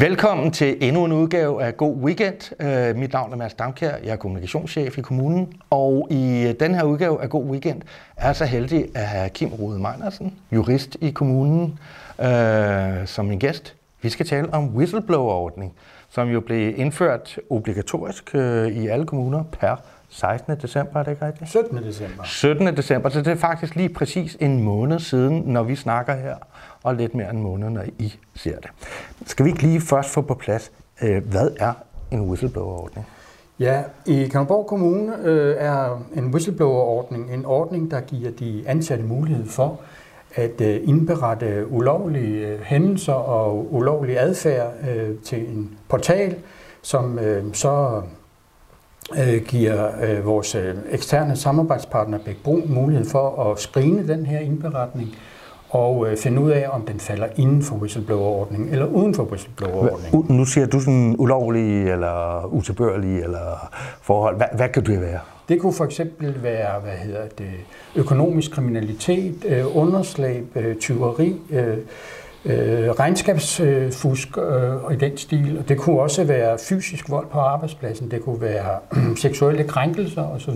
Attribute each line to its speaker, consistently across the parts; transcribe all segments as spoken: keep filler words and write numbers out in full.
Speaker 1: Velkommen til endnu en udgave af God Weekend. Uh, mit navn er Mads Damkjær, jeg er kommunikationschef i kommunen, og i den her udgave af God Weekend er jeg så heldig at have Kim Rode Meinersen, jurist i kommunen, uh, som min gæst. Vi skal tale om whistleblower-ordning, som jo blev indført obligatorisk uh, i alle kommuner per sekstende december, er det ikke rigtigt?
Speaker 2: syttende december.
Speaker 1: syttende december, så det er faktisk lige præcis en måned siden, når vi snakker her, og lidt mere end en måned, når I ser det. Skal vi ikke lige først få på plads, hvad er en whistleblower-ordning?
Speaker 2: Ja, i Kalundborg Kommune øh, er en whistleblower-ordning en ordning, der giver de ansatte mulighed for at øh, indberette ulovlige øh, hændelser og ulovlig adfærd øh, til en portal, som øh, så øh, giver øh, vores øh, eksterne samarbejdspartner Bækbro mulighed for at screene den her indberetning og øh, finde ud af, om den falder inden for whistleblower-ordningen eller uden for whistleblower-ordningen.
Speaker 1: Nu siger du sådan ulovlig eller utilbørlig eller forhold. Hvad, hvad kan det være?
Speaker 2: Det kunne for eksempel være, hvad hedder det, økonomisk kriminalitet, øh, underslæb, øh, tyveri, øh, øh, regnskabsfusk øh, og i den stil. Det kunne også være fysisk vold på arbejdspladsen, det kunne være øh, seksuelle krænkelser osv.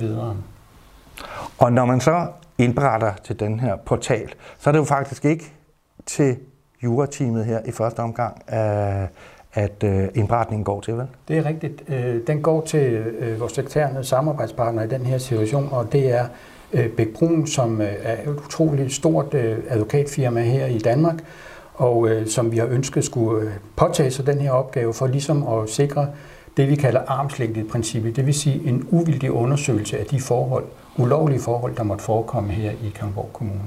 Speaker 1: Og når man så indberetter til den her portal, så er det jo faktisk ikke til jurateamet her i første omgang, at indberetningen går til, vel?
Speaker 2: Det er rigtigt. Den går til vores eksterne samarbejdspartner i den her situation, og det er Bækbro, som er et utroligt stort advokatfirma her i Danmark, og som vi har ønsket skulle påtage sig den her opgave for ligesom at sikre det, vi kalder armslængdeprincippet, det vil sige en uvildig undersøgelse af de forhold, ulovlige forhold, der måtte forekomme her i Kalundborg Kommune.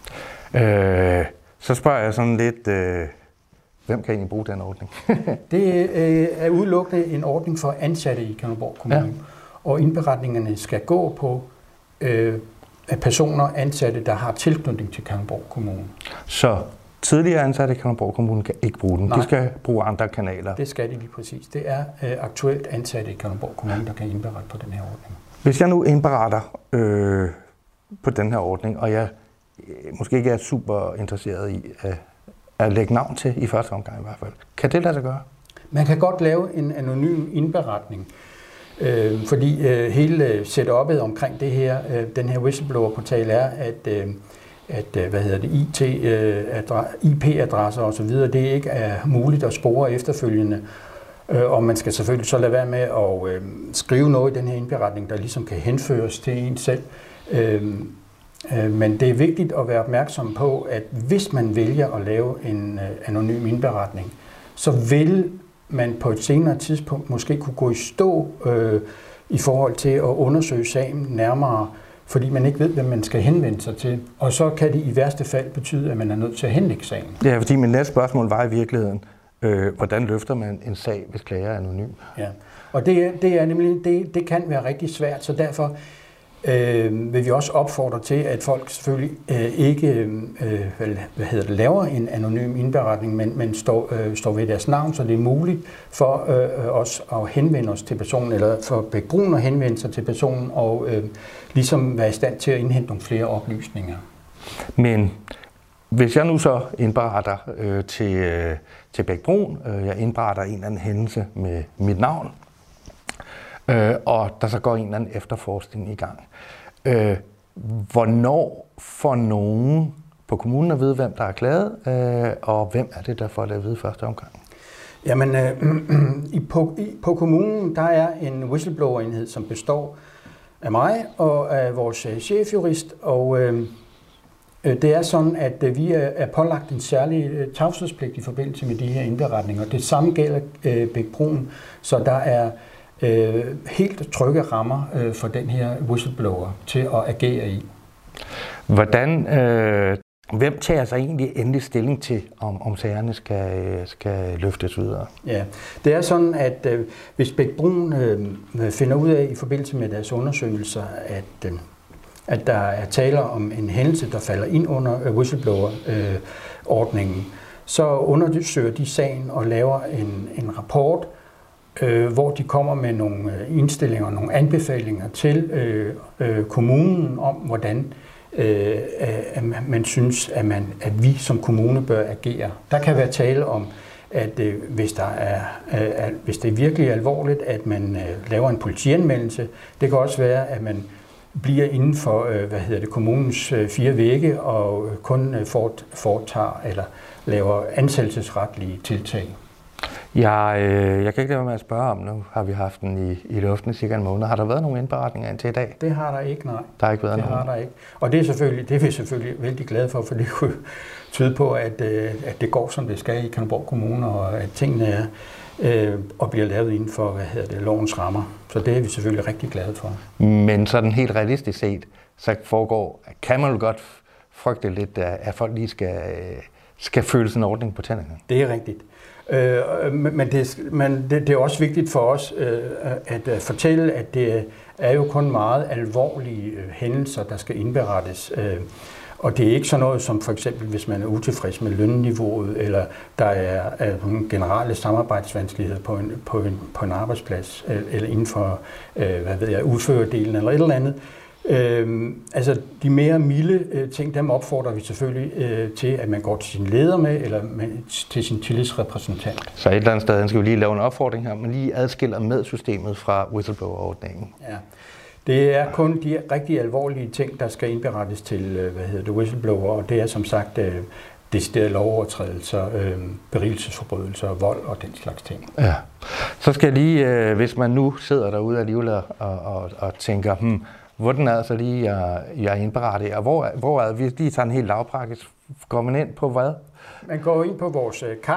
Speaker 1: Øh, så spørger jeg sådan lidt, øh, hvem kan egentlig bruge den ordning?
Speaker 2: Det øh, er udelukkende en ordning for ansatte i Kalundborg Kommune, ja. Og indberetningerne skal gå på øh, personer ansatte, der har tilknytning til Kalundborg Kommune.
Speaker 1: Så tidligere ansatte i Kalundborg Kommune kan ikke bruge den.
Speaker 2: Nej.
Speaker 1: De skal bruge andre kanaler.
Speaker 2: Det skal de lige præcis. Det er øh, aktuelt ansatte i Kalundborg Kommune, der kan indberette på den her ordning.
Speaker 1: Hvis jeg nu indberetter øh, på den her ordning, og jeg øh, måske ikke er super interesseret i øh, at lægge navn til, i første omgang i hvert fald, kan det lade sig gøre?
Speaker 2: Man kan godt lave en anonym indberetning, øh, fordi øh, hele setup'et omkring det her, øh, den her whistleblower-portal er, at, øh, at hvad hedder det, I T, øh, I P-adresser osv., det ikke er muligt at spore efterfølgende. Og man skal selvfølgelig så lade være med at øh, skrive noget i den her indberetning, der ligesom kan henføres til en selv. Øh, øh, men det er vigtigt at være opmærksom på, at hvis man vælger at lave en øh, anonym indberetning, så vil man på et senere tidspunkt måske kunne gå i stå øh, i forhold til at undersøge sagen nærmere, fordi man ikke ved, hvem man skal henvende sig til. Og så kan det i værste fald betyde, at man er nødt til at henlægge sagen.
Speaker 1: Ja, fordi min næste spørgsmål var i virkeligheden, Øh, hvordan løfter man en sag, hvis klager er anonym?
Speaker 2: Ja, og det, det er nemlig det, det kan være rigtig svært, så derfor øh, vil vi også opfordre til, at folk selvfølgelig øh, ikke øh, hvad hedder det, laver en anonym indberetning, men, men står, øh, står ved deres navn, så det er muligt for øh, os at henvende os til personen, eller for Bækbro at henvende sig til personen, og øh, ligesom være i stand til at indhente nogle flere oplysninger.
Speaker 1: Men hvis jeg nu så indberetter øh, til, øh, til Bækbro, øh, jeg indberetter en eller anden hændelse med mit navn, øh, og der så går en eller anden efterforskning i gang. Øh, hvornår får nogen på kommunen at vide, hvem der er klaget, øh, og hvem er det, der får det at vide første omgang?
Speaker 2: Jamen, øh, i, på, i, på kommunen, der er en whistleblower-enhed, som består af mig og af vores chefjurist, og øh, det er sådan, at vi er pålagt en særlig tavshedspligt i forbindelse med de her indberetninger. Det samme gælder Bækbro, så der er helt trygge rammer for den her whistleblower til at agere i. Hvordan,
Speaker 1: øh, hvem tager sig egentlig endelig stilling til, om, om sagerne skal, skal løftes videre?
Speaker 2: Ja, det er sådan, at øh, hvis Bækbro øh, finder ud af i forbindelse med deres undersøgelser, at øh, at der er tale om en hændelse, der falder ind under whistleblower-ordningen, så undersøger de sagen og laver en, en rapport, øh, hvor de kommer med nogle indstillinger og nogle anbefalinger til øh, øh, kommunen om, hvordan øh, at man synes, at, man, at vi som kommune bør agere. Der kan være tale om at øh, hvis, der er, øh, at, hvis det er virkelig alvorligt, at man øh, laver en politianmeldelse. Det kan også være, at man bliver inden for øh, hvad hedder det, kommunens øh, fire vægge og kun øh, fort, foretager eller laver ansættelsesretlige tiltag.
Speaker 1: Jeg, øh, jeg kan ikke lade være med at spørge om, nu har vi haft den i, i luften i cirka en måned. Har der været nogle indberetninger indtil i dag?
Speaker 2: Det har der ikke, nej.
Speaker 1: Der har ikke været
Speaker 2: det
Speaker 1: nogen?
Speaker 2: Har der ikke. Og det er, selvfølgelig, det er vi selvfølgelig vældig glade for, for det kunne tyde på, at, at det går, som det skal i Kalundborg Kommune, og at tingene er øh, og bliver lavet inden for hvad hedder det, lovens rammer. Så det er vi selvfølgelig rigtig glade for.
Speaker 1: Men sådan helt realistisk set, så foregår, kan man jo godt frygte lidt, at folk lige skal, skal føle sådan en ordning på tænderne.
Speaker 2: Det er rigtigt. Øh, men det, men det, det er også vigtigt for os øh, at, at fortælle, at det er jo kun meget alvorlige øh, hændelser, der skal indberettes. Øh, og det er ikke sådan noget som for eksempel, hvis man er utilfreds med lønniveauet, eller der er, er nogle generelle samarbejdsvanskeligheder på en, på en, på en arbejdsplads, eller inden for øh, hvad ved jeg, udførerdelen eller et eller andet. Øhm, altså de mere milde øh, ting, dem opfordrer vi selvfølgelig øh, til, at man går til sin leder med, eller med, til sin tillidsrepræsentant.
Speaker 1: Så et eller andet sted skal vi lige lave en opfordring her, men lige adskiller med systemet fra whistleblower-ordningen.
Speaker 2: Ja, det er kun de rigtig alvorlige ting, der skal indberettes til, øh, hvad hedder det, whistleblower, og det er som sagt øh, deciderede lovovertrædelser, øh, berigelsesforbrydelser, vold og den slags ting.
Speaker 1: Ja, så skal jeg lige, øh, hvis man nu sidder derude alligevel og, og, og tænker, hmm, hvordan er det så lige, jeg, jeg indberetter, og hvor, hvor er det, vi lige tager en helt lavpraktisk, går man ind på hvad?
Speaker 2: Man går ind på vores øh, kaj,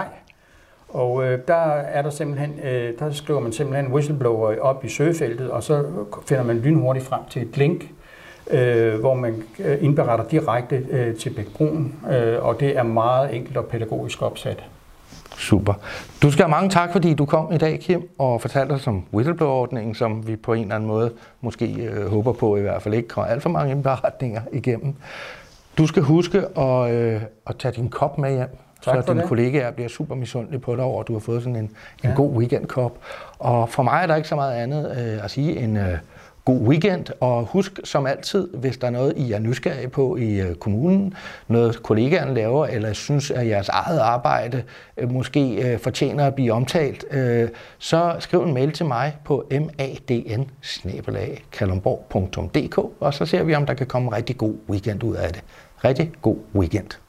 Speaker 2: og øh, der er der simpelthen, øh, der skriver man simpelthen whistleblower op i søgefeltet, og så finder man lynhurtigt frem til et link, øh, hvor man indberetter direkte øh, til Bækbroen, øh, og det er meget enkelt og pædagogisk opsat.
Speaker 1: Super. Du skal have mange tak, fordi du kom i dag, Kim, og fortalte os om whistleblower-ordningen, som vi på en eller anden måde måske øh, håber på i hvert fald ikke kommer alt for mange indberetninger igennem. Du skal huske at, øh, at tage din kop med hjem, tak så dine det. kollegaer bliver super misundelige på dig over, at du har fået sådan en, en ja. god weekendkop. Og for mig er der ikke så meget andet øh, at sige end øh, god weekend, og husk som altid, hvis der er noget, I er nysgerrige på i øh, kommunen, noget kollegaerne laver, eller synes, at jeres eget arbejde øh, måske øh, fortjener at blive omtalt, øh, så skriv en mail til mig på madn bindestreg kalundborg punktum d k, og så ser vi, om der kan komme en rigtig god weekend ud af det. Rigtig god weekend.